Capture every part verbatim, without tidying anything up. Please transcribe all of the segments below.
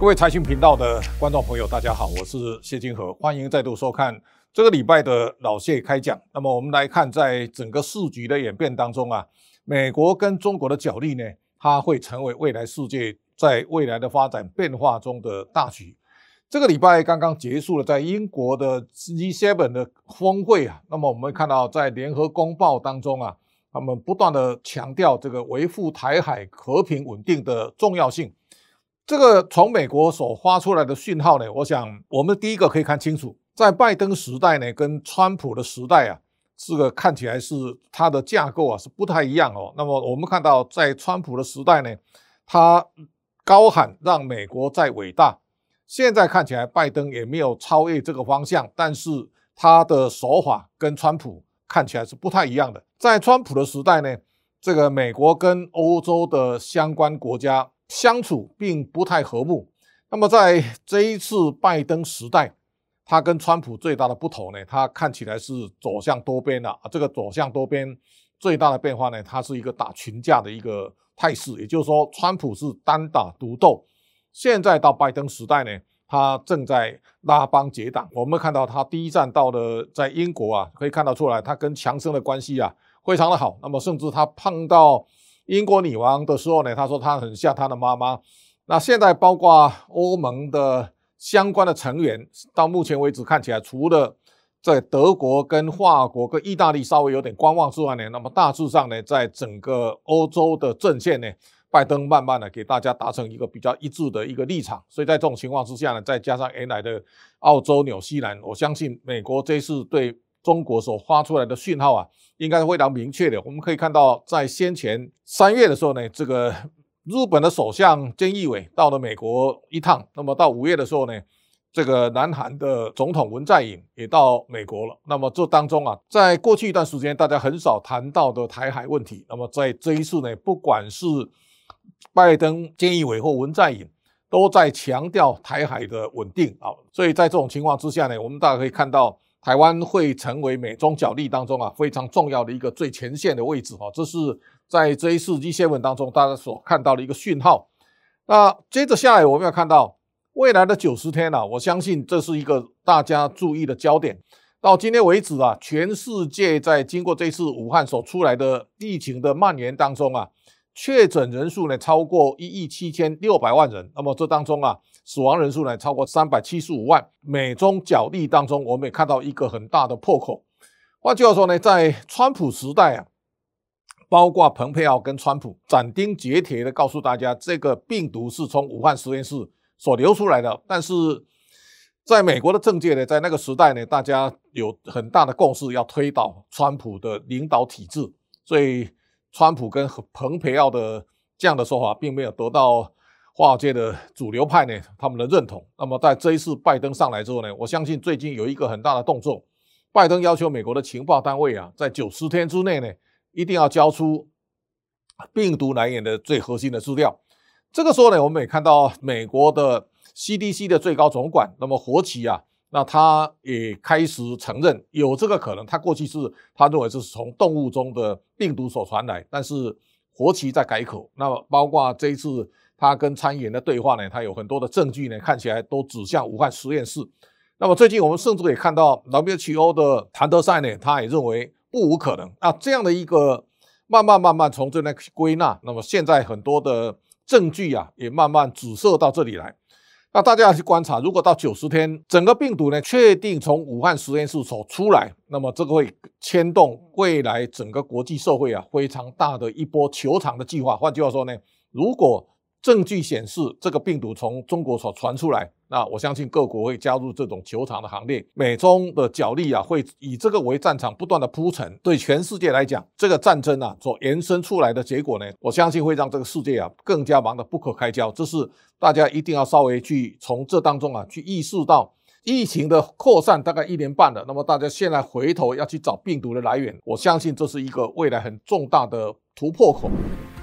各位财讯频道的观众朋友，大家好，我是谢金河，欢迎再度收看这个礼拜的老谢开讲。那么我们来看，在整个世局的演变当中啊，美国跟中国的角力呢，它会成为未来世界在未来的发展变化中的大局。这个礼拜刚刚结束了在英国的 G 七 的峰会啊，那么我们看到在联合公报当中啊，他们不断的强调这个维护台海和平稳定的重要性。这个从美国所发出来的讯号呢，我想我们第一个可以看清楚，在拜登时代呢，跟川普的时代啊，这个看起来是它的架构啊是不太一样哦。那么我们看到在川普的时代呢，他高喊让美国再伟大，现在看起来拜登也没有超越这个方向，但是他的手法跟川普看起来是不太一样的。在川普的时代呢，这个美国跟欧洲的相关国家相处并不太和睦。那么在这一次拜登时代，他跟川普最大的不同呢，他看起来是走向多边了、啊。这个走向多边最大的变化呢，它是一个打群架的一个态势，也就是说，川普是单打独斗。现在到拜登时代呢，他正在拉帮结党。我们看到他第一站到了在英国啊，可以看得出来，他跟强生的关系啊非常的好。那么甚至他碰到英国女王的时候呢，他说他很像他的妈妈。那现在包括欧盟的相关的成员，到目前为止看起来，除了在德国跟法国跟意大利稍微有点观望之外呢，那么大致上呢，在整个欧洲的阵线呢，拜登慢慢的给大家达成一个比较一致的一个立场。所以在这种情况之下呢，再加上原来的澳洲、纽西兰，我相信美国这次对中国所发出来的讯号啊，应该是非常明确的。我们可以看到，在先前三月的时候呢，这个日本的首相菅义伟到了美国一趟，那么到五月的时候呢，这个南韩的总统文在寅也到美国了。那么这当中啊，在过去一段时间大家很少谈到的台海问题，那么在这一次呢，不管是拜登、菅义伟或文在寅，都在强调台海的稳定啊。所以在这种情况之下呢，我们大家可以看到，台湾会成为美中角力当中啊非常重要的一个最前线的位置啊，这是在这一次 G 七 当中大家所看到的一个讯号。那接着下来我们要看到未来的九十天啊，我相信这是一个大家注意的焦点。到今天为止啊，全世界在经过这次武汉所出来的疫情的蔓延当中啊，确诊人数呢超过一亿七千六百万人，那么这当中啊，死亡人数呢超过三百七十五万。美中角力当中，我们也看到一个很大的破口。换句话说呢，在川普时代啊，包括蓬佩奥跟川普斩钉截铁的告诉大家，这个病毒是从武汉实验室所流出来的。但是在美国的政界呢，在那个时代呢，大家有很大的共识要推倒川普的领导体制，所以川普跟蓬佩奥的这样的说法并没有得到华尔街的主流派呢他们的认同。那么在这一次拜登上来之后呢，我相信最近有一个很大的动作，拜登要求美国的情报单位啊，在九十天之内呢，一定要交出病毒来源的最核心的资料。这个时候呢，我们也看到美国的 C D C 的最高总管，那么佛奇啊，那他也开始承认有这个可能。他过去是他认为这是从动物中的病毒所传来，但是佛奇在改口。那么包括这一次他跟参议员的对话呢，他有很多的证据呢，看起来都指向武汉实验室。那么最近我们甚至也看到 W H O 的谭德赛呢，他也认为不无可能。那这样的一个慢慢慢慢从这边归纳，那么现在很多的证据啊，也慢慢指涉到这里来。那大家要去观察，如果到九十天，整个病毒呢确定从武汉实验室所出来，那么这个会牵动未来整个国际社会啊非常大的一波求偿的计划。换句话说呢，如果证据显示这个病毒从中国所传出来，那我相信各国会加入这种求偿的行列。美中的角力啊，会以这个为战场不断的铺陈。对全世界来讲，这个战争啊所延伸出来的结果呢，我相信会让这个世界啊更加忙得不可开交。这是大家一定要稍微去从这当中啊去意识到，疫情的扩散大概一年半了，那么大家现在回头要去找病毒的来源，我相信这是一个未来很重大的突破口。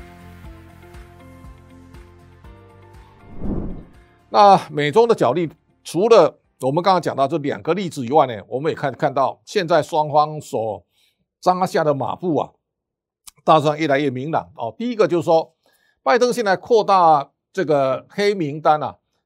那美中的角力，除了我们刚刚讲到这两个例子以外呢，我们也看看到现在双方所扎下的马步啊，大致上越来越明朗哦。第一个就是说，拜登现在扩大这个黑名单啊，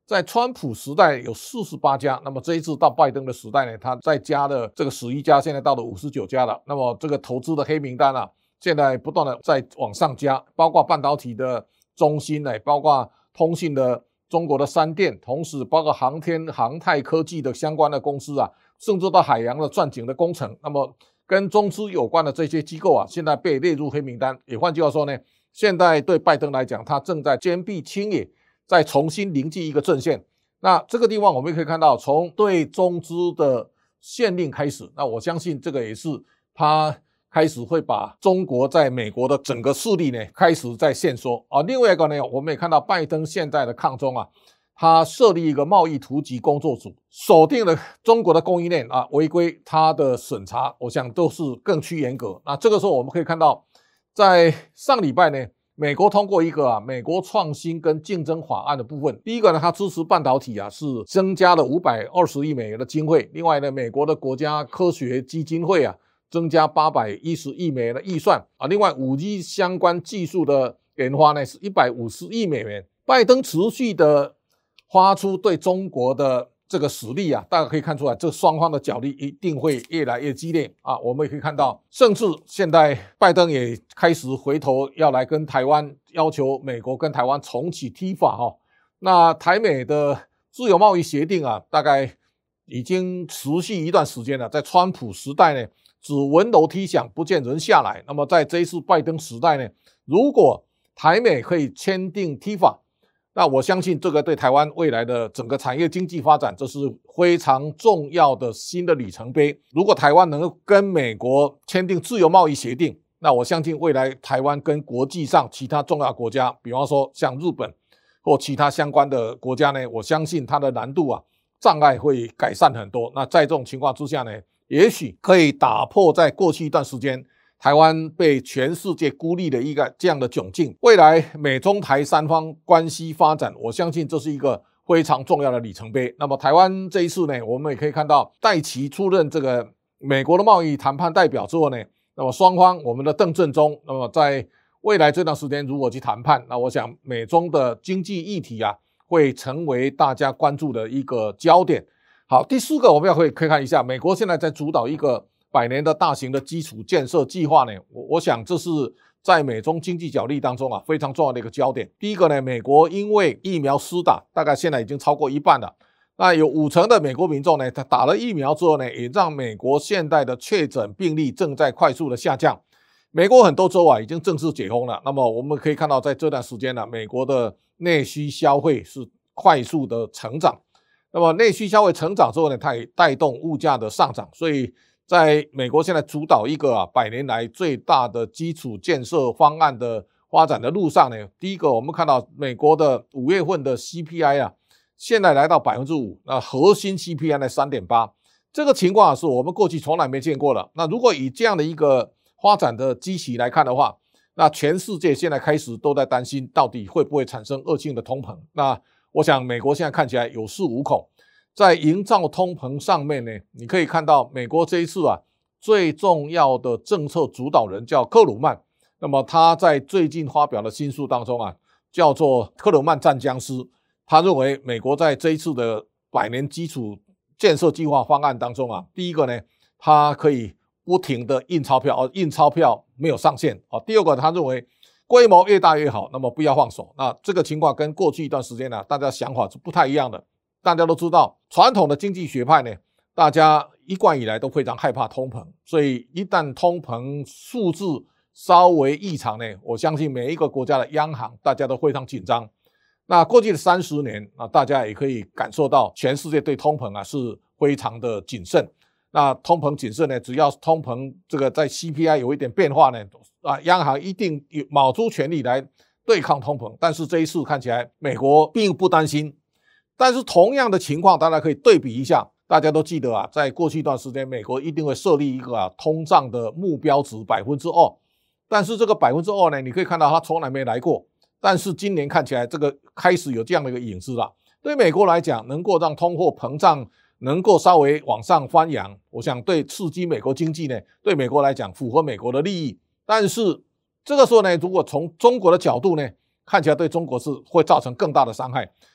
在川普时代有四十八家，那么这一次到拜登的时代呢，他再加了这个十一家，现在到了五十九家了。那么这个投资的黑名单啊，现在不断的在往上加，包括半导体的中芯呢，包括通信的中国的三电，同时包括航天航太科技的相关的公司啊，甚至到海洋的钻井的工程，那么跟中资有关的这些机构啊，现在被列入黑名单。也换句话说呢，现在对拜登来讲，他正在坚壁清野，再重新凝聚一个阵线。那这个地方我们可以看到，从对中资的限令开始，那我相信这个也是他开始会把中国在美国的整个势力呢开始在限缩啊。另外一个呢，我们也看到拜登现在的抗中啊，他设立一个贸易突击工作组，锁定了中国的供应链啊，违规他的审查，我想都是更趋严格。那这个时候我们可以看到，在上礼拜呢，美国通过一个啊美国创新跟竞争法案的部分。第一个呢，它支持半导体啊，是增加了五百二十亿美元的经费。另外呢，美国的国家科学基金会啊，增加八百一十亿美元的预算啊。另外 五 G 相关技术的研发呢，是一百五十亿美元。拜登持续的发出对中国的这个实力啊，大家可以看出来，这双方的角力一定会越来越激烈啊。我们也可以看到，甚至现在拜登也开始回头要来跟台湾要求美国跟台湾重启 T 法哈。那台美的自由贸易协定啊，大概已经持续一段时间了，在川普时代呢，只闻楼梯响，不见人下来。那么在这一次拜登时代呢，如果台美可以签订 T 法，那我相信这个对台湾未来的整个产业经济发展，这是非常重要的新的里程碑。如果台湾能够跟美国签订自由贸易协定，那我相信未来台湾跟国际上其他重要国家，比方说像日本或其他相关的国家呢，我相信它的难度啊障碍会改善很多。那在这种情况之下呢，也许可以打破在过去一段时间台湾被全世界孤立的一个这样的窘境。未来美中台三方关系发展，我相信这是一个非常重要的里程碑。那么台湾这一次呢，我们也可以看到戴琪出任这个美国的贸易谈判代表之后呢，那么双方我们的邓正中，那么在未来这段时间如果去谈判，那我想美中的经济议题啊会成为大家关注的一个焦点。好，第四个我们要可以可以看一下，美国现在在主导一个百年的大型的基础建设计划呢，我我想这是在美中经济角力当中啊非常重要的一个焦点。第一个呢，美国因为疫苗施打，大概现在已经超过一半了，那有五成的美国民众呢，他打了疫苗之后呢，也让美国现在的确诊病例正在快速的下降。美国很多州啊已经正式解封了，那么我们可以看到在这段时间呢、啊，美国的内需消费是快速的成长。那么内需消费成长之后呢，它也带动物价的上涨，所以在美国现在主导一个啊百年来最大的基础建设方案的发展的路上呢，第一个我们看到美国的五月份的 C P I 啊，现在来到 百分之五， 那核心 C P I 呢 三点八， 这个情况是我们过去从来没见过的。那如果以这样的一个发展的基期来看的话，那全世界现在开始都在担心到底会不会产生恶性的通膨。那我想美国现在看起来有恃无恐，在营造通膨上面呢，你可以看到美国这一次啊最重要的政策主导人叫克鲁曼，那么他在最近发表的新书当中啊，叫做克鲁曼战僵尸。他认为美国在这一次的百年基础建设计划方案当中啊，第一个呢，它可以不停的印钞票，印钞票没有上限。第二个，他认为规模越大越好，那么不要放手。那这个情况跟过去一段时间呢、啊，大家想法是不太一样的。大家都知道，传统的经济学派呢，大家一贯以来都非常害怕通膨，所以一旦通膨数字稍微异常呢，我相信每一个国家的央行大家都非常紧张。那过去的三十年啊，大家也可以感受到全世界对通膨啊是非常的谨慎。那通膨谨慎呢，只要通膨这个在 C P I 有一点变化呢，啊，央行一定卯出全力来对抗通膨。但是这一次看起来，美国并不担心。但是同样的情况，大家可以对比一下。大家都记得啊，在过去一段时间，美国一定会设立一个啊通胀的目标值 百分之二。但是这个 百分之二 呢，你可以看到它从来没来过。但是今年看起来，这个开始有这样的一个影子了。对美国来讲，能够让通货膨胀能够稍微往上翻扬，我想对刺激美国经济呢，对美国来讲符合美国的利益。但是这个时候呢，如果从中国的角度呢，看起来对中国是会造成更大的伤害。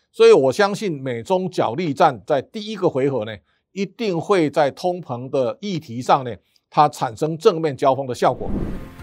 所以我相信美中角力战在第一个回合呢，一定会在通膨的议题上呢，它产生正面交锋的效果。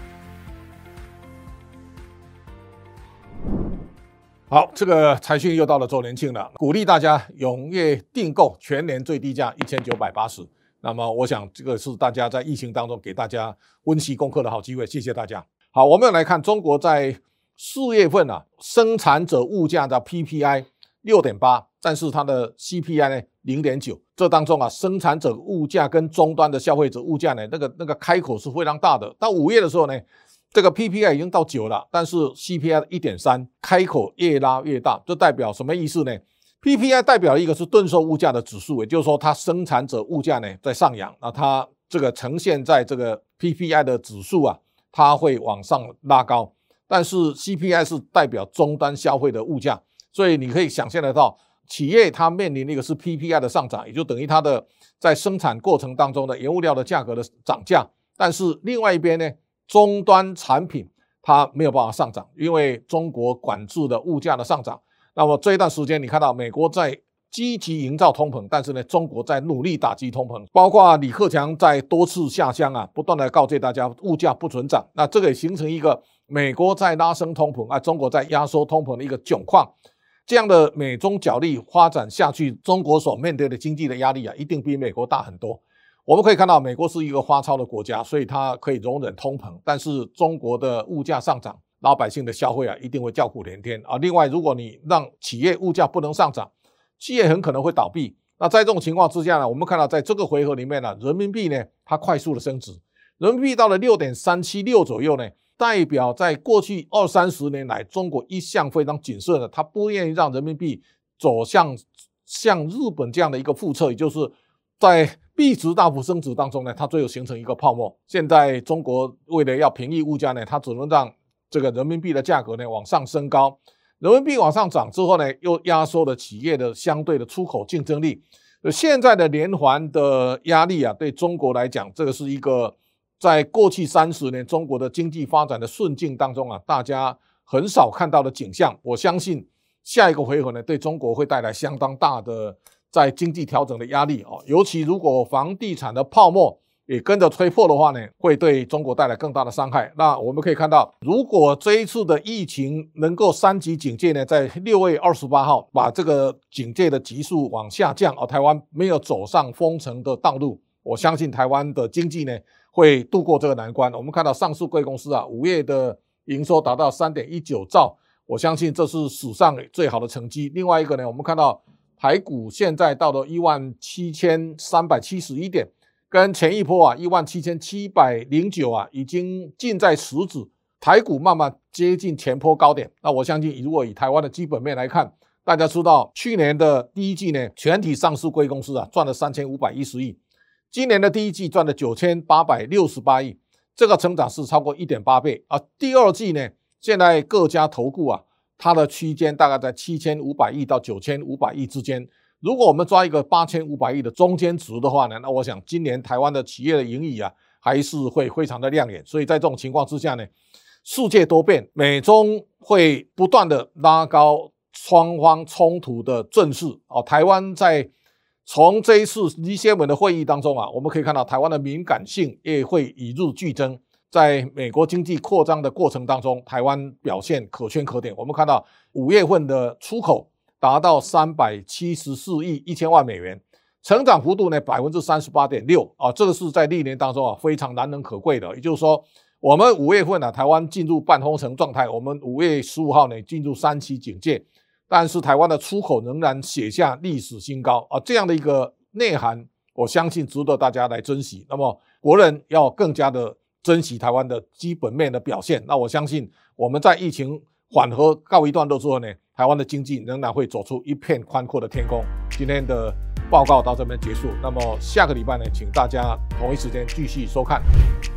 好，这个财讯又到了周年庆了，鼓励大家踊跃订购，全年最低价一千九百八十。那么我想这个是大家在疫情当中给大家温习功课的好机会，谢谢大家。好，我们来看中国在四月份啊，生产者物价的 P P I 六点八， 但是它的 C P I 呢 零点九， 这当中啊，生产者物价跟终端的消费者物价呢，那个那个开口是非常大的。到五月的时候呢，这个 P P I 已经到九了，但是 C P I 一点三， 开口越拉越大，这代表什么意思呢？ P P I 代表一个是顿售物价的指数，也就是说它生产者物价呢在上扬，那它这个呈现在这个 P P I 的指数啊，它会往上拉高。但是 C P I 是代表终端消费的物价，所以你可以想象得到，企业它面临的一个是 P P I 的上涨，也就等于它的在生产过程当中的原物料的价格的涨价，但是另外一边呢，终端产品它没有办法上涨，因为中国管制的物价的上涨。那么这一段时间你看到美国在积极营造通膨，但是呢，中国在努力打击通膨，包括李克强在多次下乡啊，不断的告诫大家物价不准涨，那这个也形成一个美国在拉升通膨啊，中国在压缩通膨的一个窘况。这样的美中角力发展下去，中国所面对的经济的压力啊，一定比美国大很多。我们可以看到，美国是一个发钞的国家，所以它可以容忍通膨，但是中国的物价上涨，老百姓的消费啊，一定会叫苦连天啊。另外，如果你让企业物价不能上涨，企业很可能会倒闭。那在这种情况之下呢，我们看到在这个回合里面呢，人民币呢它快速的升值，人民币到了 六点三七六 左右呢，代表在过去二三十年来，中国一向非常谨慎的，它不愿意让人民币走向像日本这样的一个覆辙，也就是在币值大幅升值当中呢，它最后形成一个泡沫。现在中国为了要平抑物价呢，它只能让这个人民币的价格呢往上升高，人民币往上涨之后呢，又压缩了企业的相对的出口竞争力。现在的连环的压力啊，对中国来讲，这个是一个在过去三十年中国的经济发展的顺境当中啊，大家很少看到的景象。我相信下一个回合呢，对中国会带来相当大的在经济调整的压力哦，尤其如果房地产的泡沫也跟着吹破的话呢，会对中国带来更大的伤害。那我们可以看到，如果这一次的疫情能够三级警戒呢，在六月二十八号把这个警戒的级数往下降，而台湾没有走上封城的道路，我相信台湾的经济呢会度过这个难关。我们看到上市贵公司啊，五月的营收达到 三点一九兆，我相信这是史上最好的成绩。另外一个呢，我们看到台股现在到了 一万七千三百七十一点，跟前一波啊 一万七千七百零九 啊已经近在咫尺，台股慢慢接近前波高点。那我相信如果以台湾的基本面来看，大家知道去年的第一季呢，全体上市贵公司啊赚了三千五百一十亿，今年的第一季赚了九千八百六十八亿，这个成长是超过 一点八倍啊。第二季呢，现在各家投顾啊，它的区间大概在七千五百亿到九千五百亿之间。如果我们抓一个八千五百亿的中间值的话呢，那我想今年台湾的企业的盈余啊，还是会非常的亮眼。所以在这种情况之下呢，世界多变，美中会不断的拉高双方冲突的阵势哦。台湾在从这一次 G 七 的会议当中啊，我们可以看到台湾的敏感性也会与日俱增。在美国经济扩张的过程当中，台湾表现可圈可点。我们看到五月份的出口达到三百七十四亿一千万美元，成长幅度呢 百分之三十八点六 啊，这个是在历年当中啊非常难能可贵的。也就是说，我们五月份啊，台湾进入半封城状态，我们五月十五号呢进入三期警戒，但是台湾的出口仍然写下历史新高啊，这样的一个内涵，我相信值得大家来珍惜。那么国人要更加的珍惜台湾的基本面的表现。那我相信我们在疫情缓和告一段落之后呢，台湾的经济仍然会走出一片宽阔的天空。今天的报告到这边结束，那么下个礼拜呢，请大家同一时间继续收看。